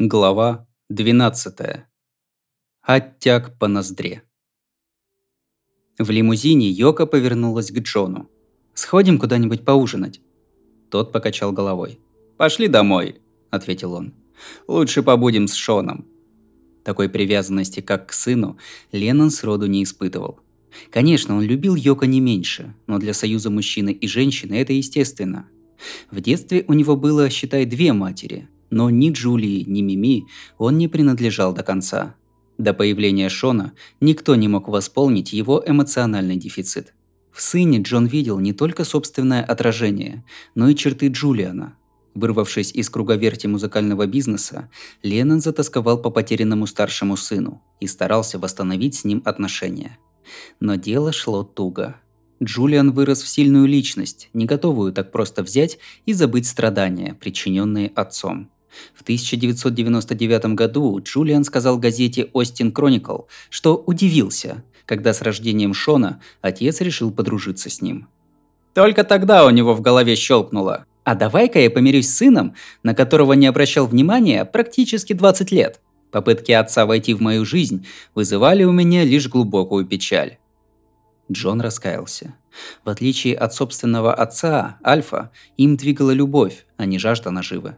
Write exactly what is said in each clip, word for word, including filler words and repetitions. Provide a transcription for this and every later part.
Глава двенадцатая. Оттяг по ноздре. В лимузине Йока повернулась к Джону. «Сходим куда-нибудь поужинать?» Тот покачал головой. «Пошли домой», — ответил он. «Лучше побудем с Шоном». Такой привязанности, как к сыну, Леннон сроду не испытывал. Конечно, он любил Йоко не меньше, но для союза мужчины и женщины это естественно. В детстве у него было, считай, две матери, но ни Джулии, ни Мими он не принадлежал до конца. До появления Шона никто не мог восполнить его эмоциональный дефицит. В сыне Джон видел не только собственное отражение, но и черты Джулиана. Вырвавшись из круговерти музыкального бизнеса, Леннон затосковал по потерянному старшему сыну и старался восстановить с ним отношения. Но дело шло туго. Джулиан вырос в сильную личность, не готовую так просто взять и забыть страдания, причиненные отцом. В тысяча девятьсот девяносто девятом году Джулиан сказал газете «Остин Кроникл», что удивился, когда с рождением Шона отец решил подружиться с ним. Только тогда у него в голове щелкнуло: «А давай-ка я помирюсь с сыном, на которого не обращал внимания практически двадцать лет. Попытки отца войти в мою жизнь вызывали у меня лишь глубокую печаль». Джон раскаялся. В отличие от собственного отца, Альфа, им двигала любовь, а не жажда наживы.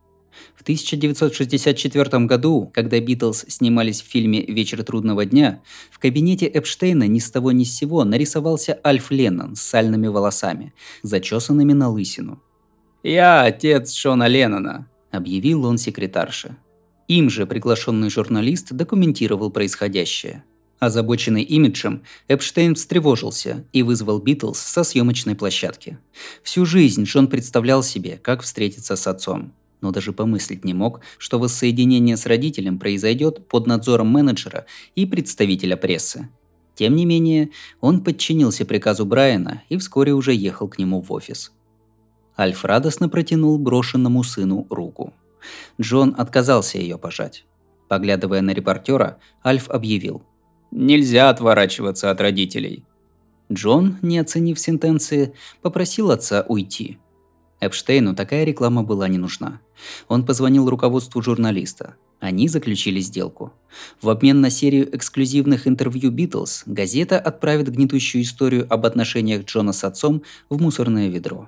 В тысяча девятьсот шестьдесят четвёртом году, когда Битлз снимались в фильме «Вечер трудного дня», в кабинете Эпштейна ни с того ни с сего нарисовался Альф Леннон с сальными волосами, зачесанными на лысину. «Я отец Шона Леннона», — объявил он секретарше. Им же приглашенный журналист документировал происходящее. Озабоченный имиджем, Эпштейн встревожился и вызвал Битлз со съемочной площадки. Всю жизнь Джон представлял себе, как встретиться с отцом, но даже помыслить не мог, что воссоединение с родителем произойдет под надзором менеджера и представителя прессы. Тем не менее, он подчинился приказу Брайана и вскоре уже ехал к нему в офис. Альф радостно протянул брошенному сыну руку. Джон отказался ее пожать. Поглядывая на репортера, Альф объявил: «Нельзя отворачиваться от родителей». Джон, не оценив сентенции, попросил отца уйти. Эпштейну такая реклама была не нужна. Он позвонил руководству журналиста. Они заключили сделку. В обмен на серию эксклюзивных интервью Битлз газета отправит гнетущую историю об отношениях Джона с отцом в мусорное ведро.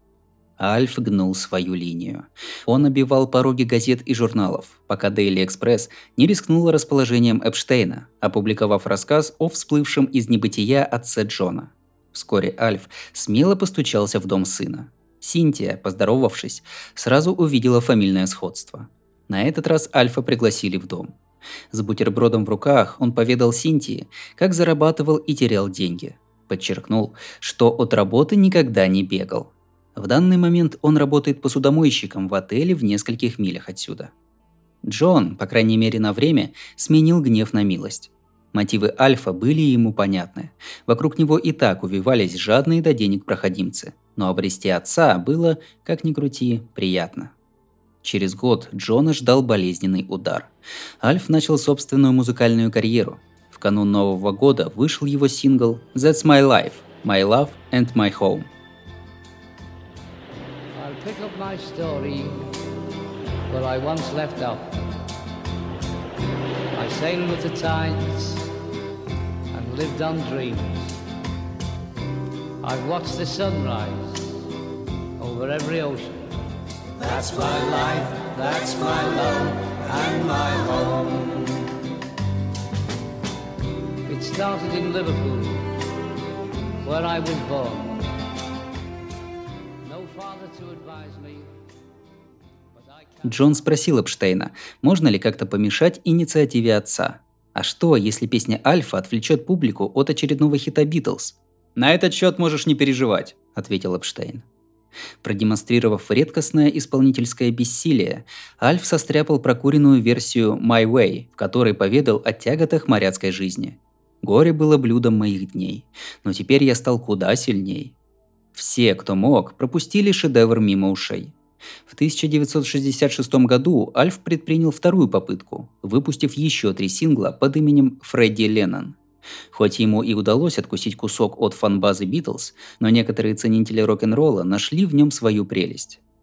Альф гнул свою линию. Он обивал пороги газет и журналов, пока Daily Express не рискнула расположением Эпштейна, опубликовав рассказ о всплывшем из небытия отце Джона. Вскоре Альф смело постучался в дом сына. Синтия, поздоровавшись, сразу увидела фамильное сходство. На этот раз Альфа пригласили в дом. С бутербродом в руках он поведал Синтии, как зарабатывал и терял деньги. Подчеркнул, что от работы никогда не бегал. В данный момент он работает посудомойщиком в отеле в нескольких милях отсюда. Джон, по крайней мере на время, сменил гнев на милость. Мотивы Альфа были ему понятны. Вокруг него и так увивались жадные до денег проходимцы. Но обрести отца было, как ни крути, приятно. Через год Джона ждал болезненный удар. Альф начал собственную музыкальную карьеру. В канун Нового года вышел его сингл «That's My Life, My Love and My Home». Pick up my story where I once left off. I sailed with the tides and lived on dreams. I've watched the sunrise over every ocean. That's my life, that's my love and my home. It started in Liverpool, where I was born. Джон спросил Эпштейна, можно ли как-то помешать инициативе отца. А что, если песня Альфа отвлечет публику от очередного хита Битлз? «На этот счет можешь не переживать», — ответил Эпштейн. Продемонстрировав редкостное исполнительское бессилие, Альф состряпал прокуренную версию «My Way», в которой поведал о тяготах моряцкой жизни. «Горе было блюдом моих дней, но теперь я стал куда сильней». Все, кто мог, пропустили шедевр мимо ушей. В тысяча девятьсот шестьдесят шестом году Альф предпринял вторую попытку, выпустив еще три сингла под именем Фредди Леннон. Хоть ему и удалось откусить кусок от фан-базы Битлз, но некоторые ценители рок-н-ролла нашли в нем свою прелесть.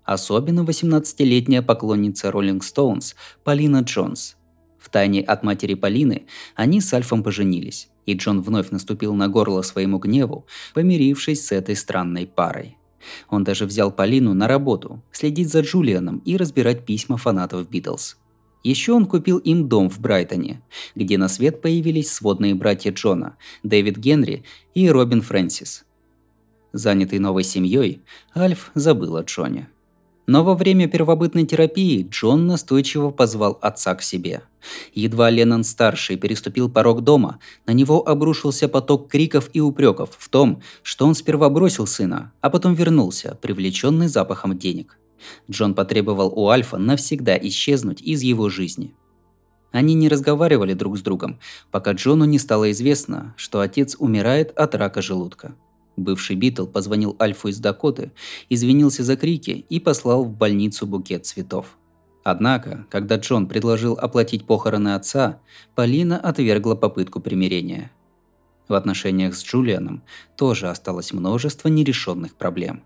Особенно восемнадцатилетняя поклонница Rolling Stones Полина Джонс. Втайне от матери Полины они с Альфом поженились, и Джон вновь наступил на горло своему гневу, помирившись с этой странной парой. Он даже взял Полину на работу, следить за Джулианом и разбирать письма фанатов Битлз. Еще он купил им дом в Брайтоне, где на свет появились сводные братья Джона, Дэвид Генри и Робин Фрэнсис. Занятый новой семьей, Альф забыл о Джоне. Но во время первобытной терапии Джон настойчиво позвал отца к себе. Едва Леннон-старший переступил порог дома, на него обрушился поток криков и упреков в том, что он сперва бросил сына, а потом вернулся, привлеченный запахом денег. Джон потребовал у Альфа навсегда исчезнуть из его жизни. Они не разговаривали друг с другом, пока Джону не стало известно, что отец умирает от рака желудка. Бывший Битл позвонил Альфу из Дакоты, извинился за крики и послал в больницу букет цветов. Однако, когда Джон предложил оплатить похороны отца, Полина отвергла попытку примирения. В отношениях с Джулианом тоже осталось множество нерешенных проблем.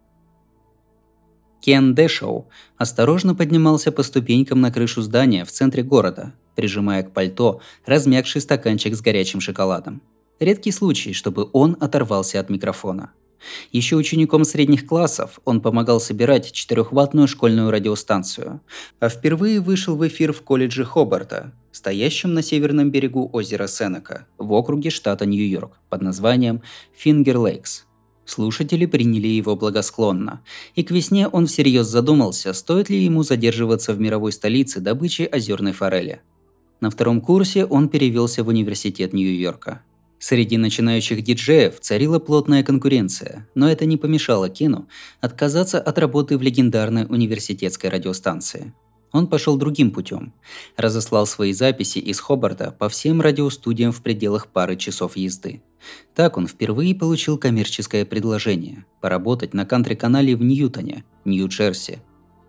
Кен Дэшоу осторожно поднимался по ступенькам на крышу здания в центре города, прижимая к пальто размягший стаканчик с горячим шоколадом. Редкий случай, чтобы он оторвался от микрофона. Еще учеником средних классов он помогал собирать четырехваттную школьную радиостанцию, а впервые вышел в эфир в колледже Хобарта, стоящем на северном берегу озера Сенека, в округе штата Нью-Йорк, под названием Фингер Лейкс. Слушатели приняли его благосклонно, и к весне он всерьез задумался, стоит ли ему задерживаться в мировой столице добычи озерной форели. На втором курсе он перевелся в университет Нью-Йорка. Среди начинающих диджеев царила плотная конкуренция, но это не помешало Кену отказаться от работы в легендарной университетской радиостанции. Он пошел другим путем. Разослал свои записи из Хобарта по всем радиостудиям в пределах пары часов езды. Так он впервые получил коммерческое предложение – поработать на кантри-канале в Ньютоне, Нью-Джерси.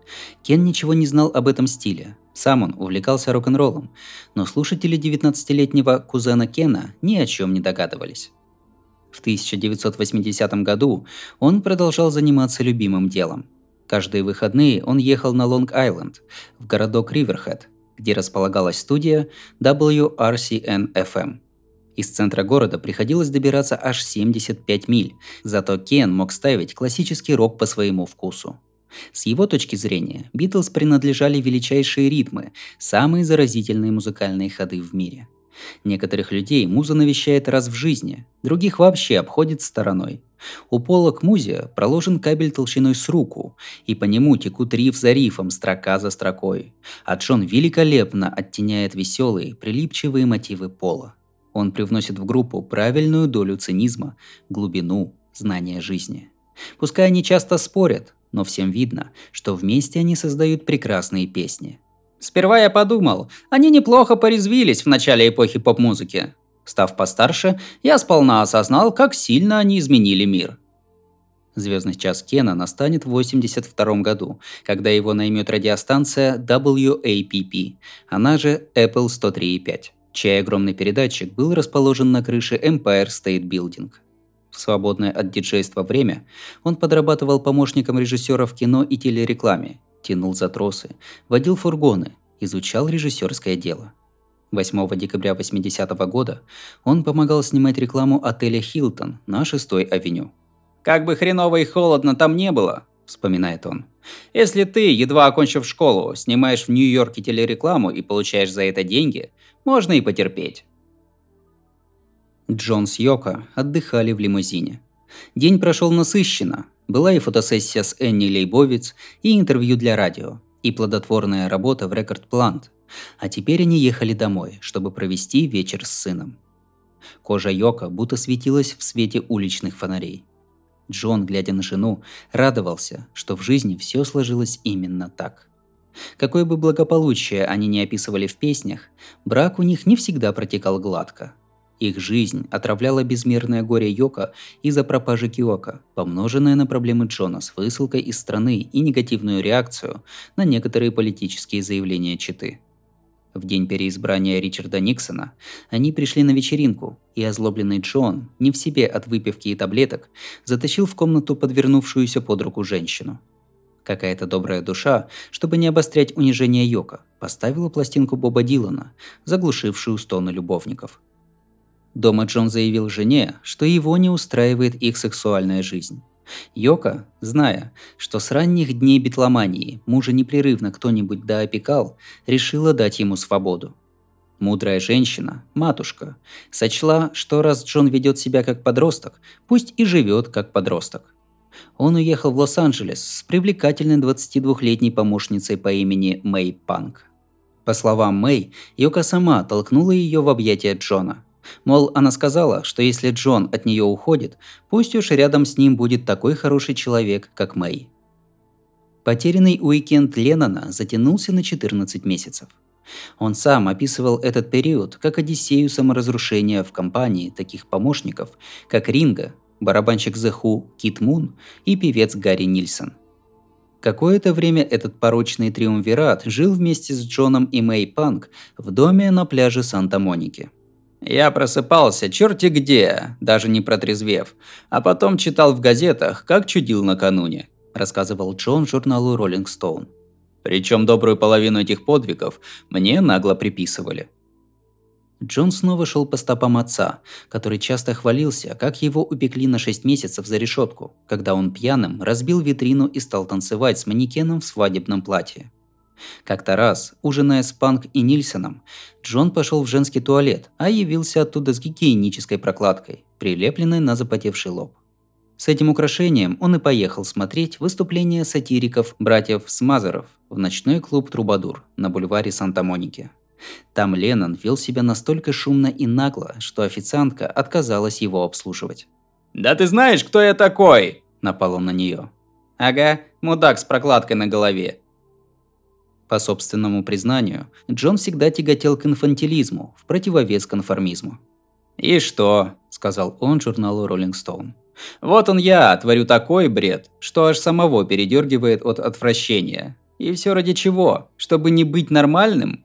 Кен ничего не знал об этом стиле. Сам он увлекался рок-н-роллом, но слушатели девятнадцатилетнего кузена Кена ни о чем не догадывались. В тысяча девятьсот восьмидесятом году он продолжал заниматься любимым делом. Каждые выходные он ехал на Лонг-Айленд, в городок Риверхед, где располагалась студия дабл ю ар си эн эф эм. Из центра города приходилось добираться аж семьдесят пять миль, зато Кен мог ставить классический рок по своему вкусу. С его точки зрения, Битлз принадлежали величайшие ритмы, самые заразительные музыкальные ходы в мире. Некоторых людей муза навещает раз в жизни, других вообще обходит стороной. У Пола к музе проложен кабель толщиной с руку, и по нему текут риф за рифом, строка за строкой. А Джон великолепно оттеняет веселые, прилипчивые мотивы Пола. Он привносит в группу правильную долю цинизма, глубину, знания жизни. Пускай они часто спорят, но всем видно, что вместе они создают прекрасные песни. Сперва я подумал, они неплохо порезвились в начале эпохи поп-музыки. Став постарше, я сполна осознал, как сильно они изменили мир. Звездный час Кена настанет в восемьдесят втором году, когда его наймет радиостанция дабл ю эй пи пи, она же Apple сто три и пять, чей огромный передатчик был расположен на крыше Empire State Building. В свободное от диджейства время он подрабатывал помощником режиссера в кино и телерекламе, тянул за тросы, водил фургоны, изучал режиссерское дело. восьмого декабря восьмидесятого года он помогал снимать рекламу отеля «Хилтон» на шестой авеню. «Как бы хреново и холодно там не было», – вспоминает он. «Если ты, едва окончив школу, снимаешь в Нью-Йорке телерекламу и получаешь за это деньги, можно и потерпеть». Джон с Йоко отдыхали в лимузине. День прошел насыщенно. Была и фотосессия с Энни Лейбовиц, и интервью для радио, и плодотворная работа в Рекорд Плант. А теперь они ехали домой, чтобы провести вечер с сыном. Кожа Йоко будто светилась в свете уличных фонарей. Джон, глядя на жену, радовался, что в жизни все сложилось именно так. Какое бы благополучие они ни описывали в песнях, брак у них не всегда протекал гладко. Их жизнь отравляла безмерное горе Йоко из-за пропажи Киоко, помноженное на проблемы Джона с высылкой из страны и негативную реакцию на некоторые политические заявления четы. В день переизбрания Ричарда Никсона они пришли на вечеринку, и озлобленный Джон, не в себе от выпивки и таблеток, затащил в комнату подвернувшуюся под руку женщину. Какая-то добрая душа, чтобы не обострять унижение Йоко, поставила пластинку Боба Дилана, заглушившую стоны любовников. Дома Джон заявил жене, что его не устраивает их сексуальная жизнь. Йоко, зная, что с ранних дней битломании мужа непрерывно кто-нибудь доопекал, решила дать ему свободу. Мудрая женщина, матушка, сочла, что раз Джон ведет себя как подросток, пусть и живет как подросток. Он уехал в Лос-Анджелес с привлекательной двадцатидвухлетней помощницей по имени Мэй Панк. По словам Мэй, Йоко сама толкнула ее в объятия Джона. Мол, она сказала, что если Джон от нее уходит, пусть уж рядом с ним будет такой хороший человек, как Мэй. Потерянный уикенд Леннона затянулся на четырнадцать месяцев. Он сам описывал этот период как одиссею саморазрушения в компании таких помощников, как Ринго, барабанщик The Who Кит Мун и певец Гарри Нильсон. Какое-то время этот порочный триумвират жил вместе с Джоном и Мэй Панк в доме на пляже Санта-Моники. «Я просыпался черти где, даже не протрезвев, а потом читал в газетах, как чудил накануне», рассказывал Джон журналу Rolling Stone. «Причем добрую половину этих подвигов мне нагло приписывали». Джон снова шел по стопам отца, который часто хвалился, как его упекли на шесть месяцев за решетку, когда он пьяным разбил витрину и стал танцевать с манекеном в свадебном платье. Как-то раз, ужиная с Панк и Нильсоном, Джон пошел в женский туалет, а явился оттуда с гигиенической прокладкой, прилепленной на запотевший лоб. С этим украшением он и поехал смотреть выступление сатириков братьев Смазеров в ночной клуб «Трубадур» на бульваре Санта-Моники. Там Леннон вел себя настолько шумно и нагло, что официантка отказалась его обслуживать. «Да ты знаешь, кто я такой?» – напал он на нее. «Ага, мудак с прокладкой на голове». По собственному признанию, Джон всегда тяготел к инфантилизму, в противовес конформизму. «И что?» – сказал он журналу Rolling Stone. «Вот он я, творю такой бред, что аж самого передергивает от отвращения. И все ради чего? Чтобы не быть нормальным?»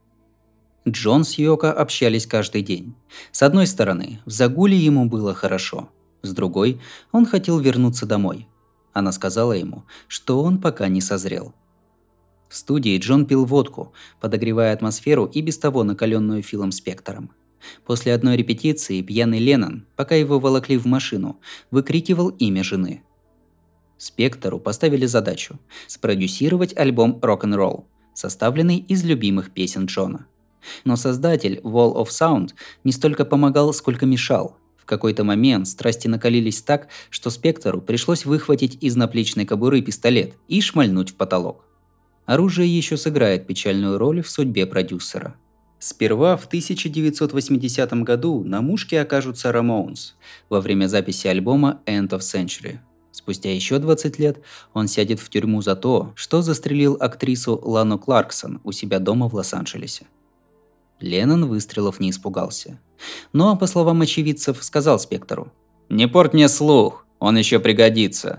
Джон с Йоко общались каждый день. С одной стороны, в загуле ему было хорошо. С другой, он хотел вернуться домой. Она сказала ему, что он пока не созрел. В студии Джон пил водку, подогревая атмосферу и без того накаленную Филом Спектором. После одной репетиции пьяный Леннон, пока его волокли в машину, выкрикивал имя жены. Спектору поставили задачу – спродюсировать альбом «Рок-н-ролл», составленный из любимых песен Джона. Но создатель Wall of Sound не столько помогал, сколько мешал. В какой-то момент страсти накалились так, что Спектору пришлось выхватить из наплечной кобуры пистолет и шмальнуть в потолок. Оружие еще сыграет печальную роль в судьбе продюсера. Сперва в тысяча девятьсот восьмидесятом году на мушке окажутся Ramones во время записи альбома End of Century. Спустя еще двадцать лет он сядет в тюрьму за то, что застрелил актрису Лану Кларксон у себя дома в Лос-Анджелесе. Леннон выстрелов не испугался. Но, по словам очевидцев, сказал Спектору: «Не порт мне слух, он еще пригодится».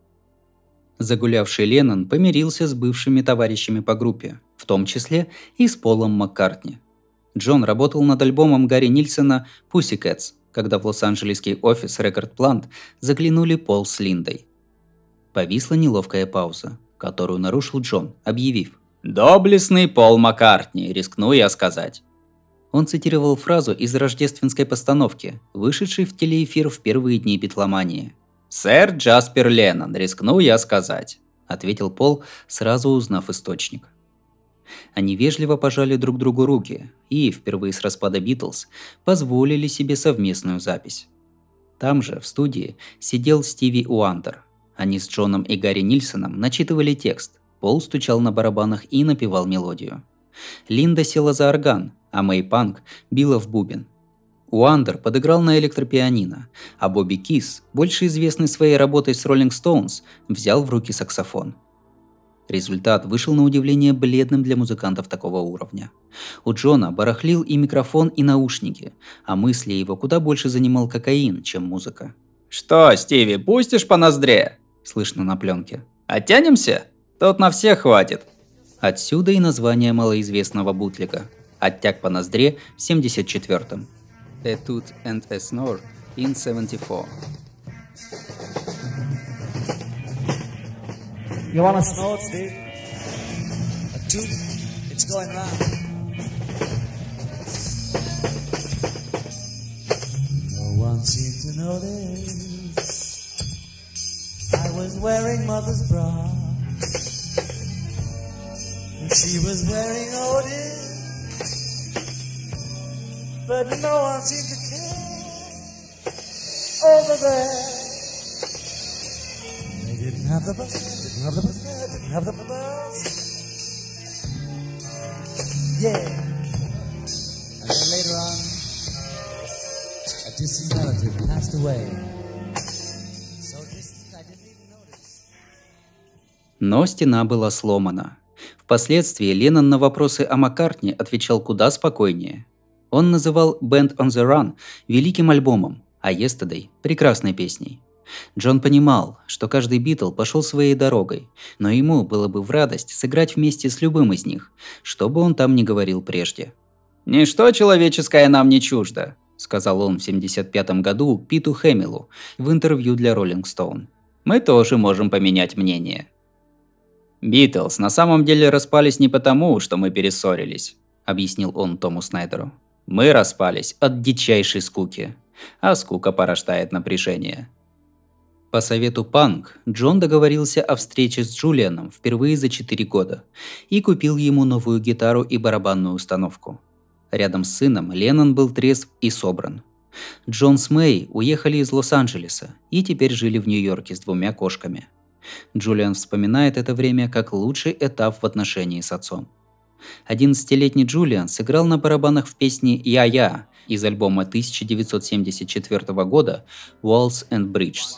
Загулявший Леннон помирился с бывшими товарищами по группе, в том числе и с Полом Маккартни. Джон работал над альбомом Гарри Нильсона «Pussycats», когда в лос-анджелесский офис Record Plant заглянули Пол с Линдой. Повисла неловкая пауза, которую нарушил Джон, объявив: «Доблестный Пол Маккартни, рискну я сказать». Он цитировал фразу из рождественской постановки, вышедшей в телеэфир в первые дни битломании. «Сэр Джаспер Леннон, рискну я сказать», – ответил Пол, сразу узнав источник. Они вежливо пожали друг другу руки и, впервые с распада Битлз, позволили себе совместную запись. Там же, в студии, сидел Стиви Уандер. Они с Джоном и Гарри Нильсоном начитывали текст, Пол стучал на барабанах и напевал мелодию. Линда села за орган, а Мэй Панк била в бубен. Уандер подыграл на электропианино, а Бобби Кис, больше известный своей работой с Rolling Stones, взял в руки саксофон. Результат вышел на удивление бледным для музыкантов такого уровня. У Джона барахлил и микрофон, и наушники, а мысли его куда больше занимал кокаин, чем музыка. «Что, Стиви, пустишь по ноздре?» – слышно на пленке. «Оттянемся? Тут на всех хватит». Отсюда и название малоизвестного бутлега «Оттяг по ноздре» в семьдесят четвёртом. A Toot and a Snore in seventy-four. You wanna snow it, Steve? A toot, it's going round. No one seemed to notice I was wearing mother's bra. She was wearing Otis, but no one seemed to care over there. They didn't have the bus, didn't have the bus, didn't have the bus. Yeah. And then later on, a distant relative passed away. So distant I didn't even notice. Но стена была сломана. Впоследствии Леннон на вопросы о Маккартни отвечал куда спокойнее. Он называл Band on the Run великим альбомом, а Yesterday – прекрасной песней. Джон понимал, что каждый Битл пошел своей дорогой, но ему было бы в радость сыграть вместе с любым из них, что бы он там ни говорил прежде. «Ничто человеческое нам не чуждо», – сказал он в семьдесят пятом году Питу Хэмиллу в интервью для Rolling Stone. «Мы тоже можем поменять мнение». «Битлз на самом деле распались не потому, что мы перессорились», – объяснил он Тому Снайдеру. «Мы распались от дичайшей скуки, а скука порождает напряжение». По совету Панк Джон договорился о встрече с Джулианом впервые за четыре года и купил ему новую гитару и барабанную установку. Рядом с сыном Леннон был трезв и собран. Джон с Мэй уехали из Лос-Анджелеса и теперь жили в Нью-Йорке с двумя кошками. Джулиан вспоминает это время как лучший этап в отношении с отцом. одиннадцатилетний Джулиан сыграл на барабанах в песне «Я-Я» из альбома тысяча девятьсот семьдесят четвёртого года «Walls and Bridges».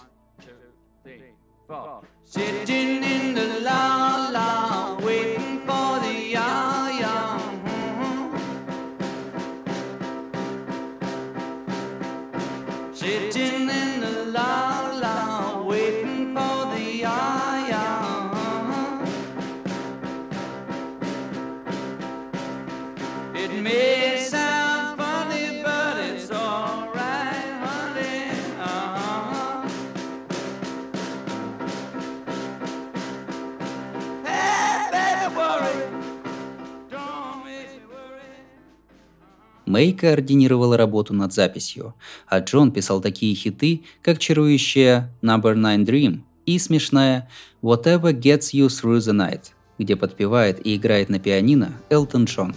Мэй координировала работу над записью, а Джон писал такие хиты, как чарующая Number Nine Dream и смешная Whatever Gets You Through the Night, где подпевает и играет на пианино Элтон Джон.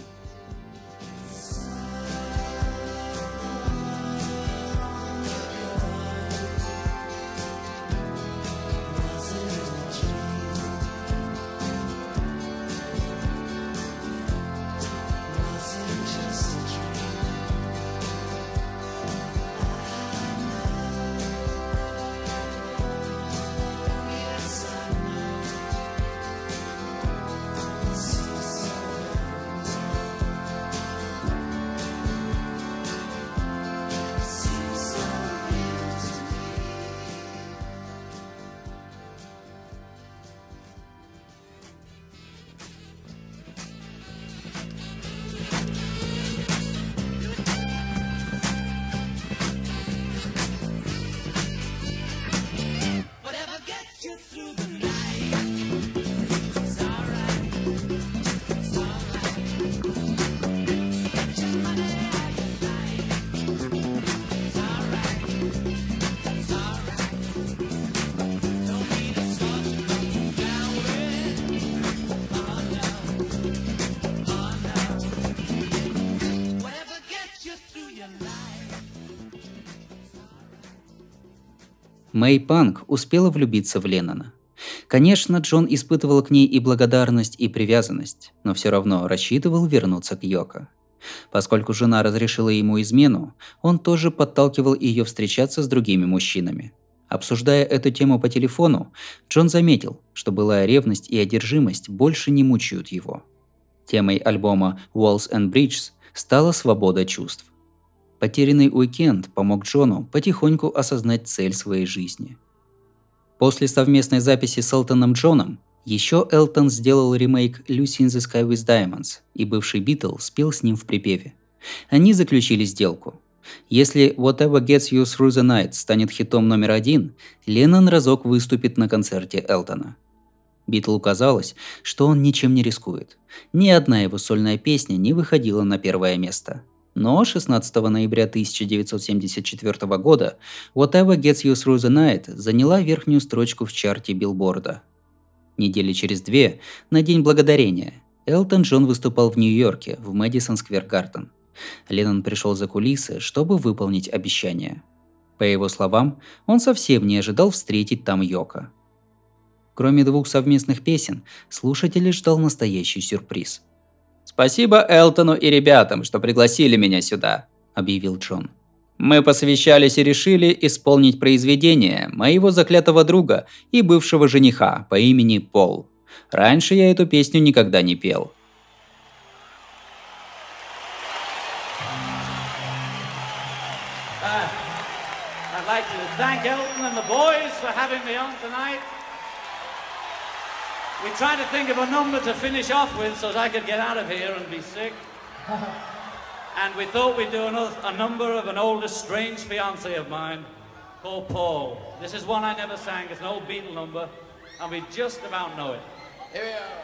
Мэй Панк успела влюбиться в Леннона. Конечно, Джон испытывал к ней и благодарность, и привязанность, но все равно рассчитывал вернуться к Йоко. Поскольку жена разрешила ему измену, он тоже подталкивал ее встречаться с другими мужчинами. Обсуждая эту тему по телефону, Джон заметил, что былая ревность и одержимость больше не мучают его. Темой альбома Walls and Bridges стала свобода чувств. Потерянный уикенд помог Джону потихоньку осознать цель своей жизни. После совместной записи с Элтоном Джоном еще Элтон сделал ремейк Lucy in the Sky with Diamonds, и бывший Битл спел с ним в припеве. Они заключили сделку. Если Whatever Gets You Through the Night станет хитом номер один, Леннон разок выступит на концерте Элтона. Битлу казалось, что он ничем не рискует. Ни одна его сольная песня не выходила на первое место. Но шестнадцатого ноября тысяча девятьсот семьдесят четвёртого года Whatever Gets You Through the Night заняла верхнюю строчку в чарте Билборда. Недели через две, на День Благодарения, Элтон Джон выступал в Нью-Йорке, в Мэдисон Сквер Гарден. Леннон пришел за кулисы, чтобы выполнить обещание. По его словам, он совсем не ожидал встретить там Йоко. Кроме двух совместных песен, слушателей ждал настоящий сюрприз. «Спасибо Элтону и ребятам, что пригласили меня сюда», – объявил Джон. «Мы посовещались и решили исполнить произведение моего заклятого друга и бывшего жениха по имени Пол. Раньше я эту песню никогда не пел». Uh, I'd like to thank Elton and the boys for having me on tonight. We tried to think of a number to finish off with so that I could get out of here and be sick. And we thought we'd do another, a number of an old estranged fiancé of mine called Paul. This is one I never sang. It's an old Beatle number, and we just about know it. Here we are.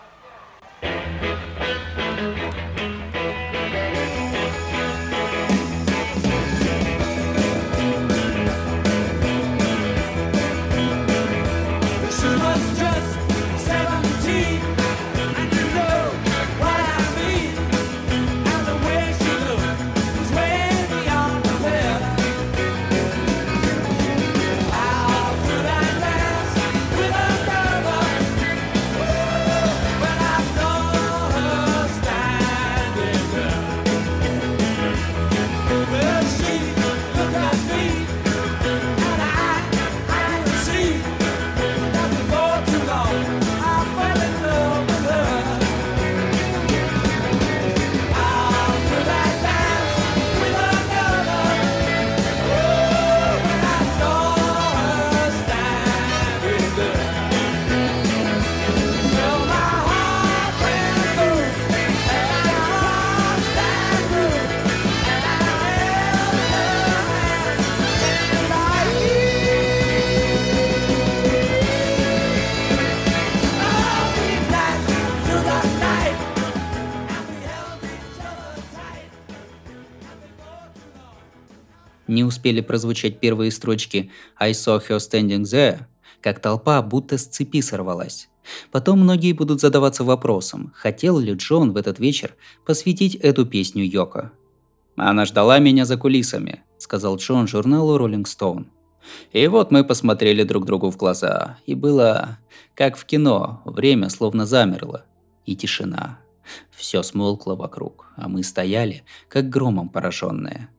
Не успели прозвучать первые строчки «I saw her standing there», как толпа будто с цепи сорвалась. Потом многие будут задаваться вопросом, хотел ли Джон в этот вечер посвятить эту песню Йоко. «Она ждала меня за кулисами», — сказал Джон журналу Rolling Stone. «И вот мы посмотрели друг другу в глаза, и было как в кино, время словно замерло, и тишина. Все смолкло вокруг, а мы стояли, как громом пораженные».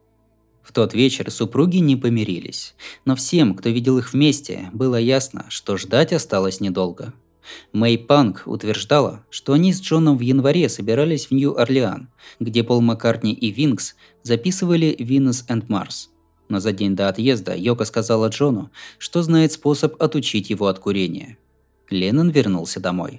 В тот вечер супруги не помирились, но всем, кто видел их вместе, было ясно, что ждать осталось недолго. Мэй Панк утверждала, что они с Джоном в январе собирались в Нью-Орлеан, где Пол Маккартни и Винкс записывали «Venus and Mars». Но за день до отъезда Йоко сказала Джону, что знает способ отучить его от курения. Леннон вернулся домой.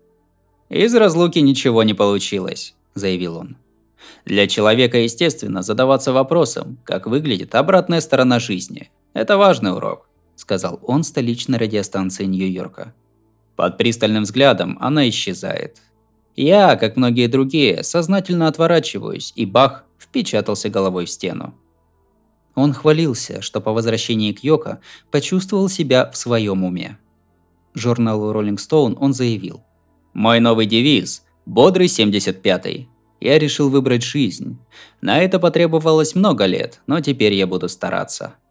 «Из разлуки ничего не получилось», – заявил он. «Для человека естественно задаваться вопросом, как выглядит обратная сторона жизни. Это важный урок», – сказал он столичной радиостанции Нью-Йорка. Под пристальным взглядом она исчезает. Я, как многие другие, сознательно отворачиваюсь, и бах, впечатался головой в стену. Он хвалился, что по возвращении к Йоко почувствовал себя в своем уме. Журналу Rolling Stone он заявил: «Мой новый девиз – бодрый семьдесят пятый. Я решил выбрать жизнь. На это потребовалось много лет, но теперь я буду стараться».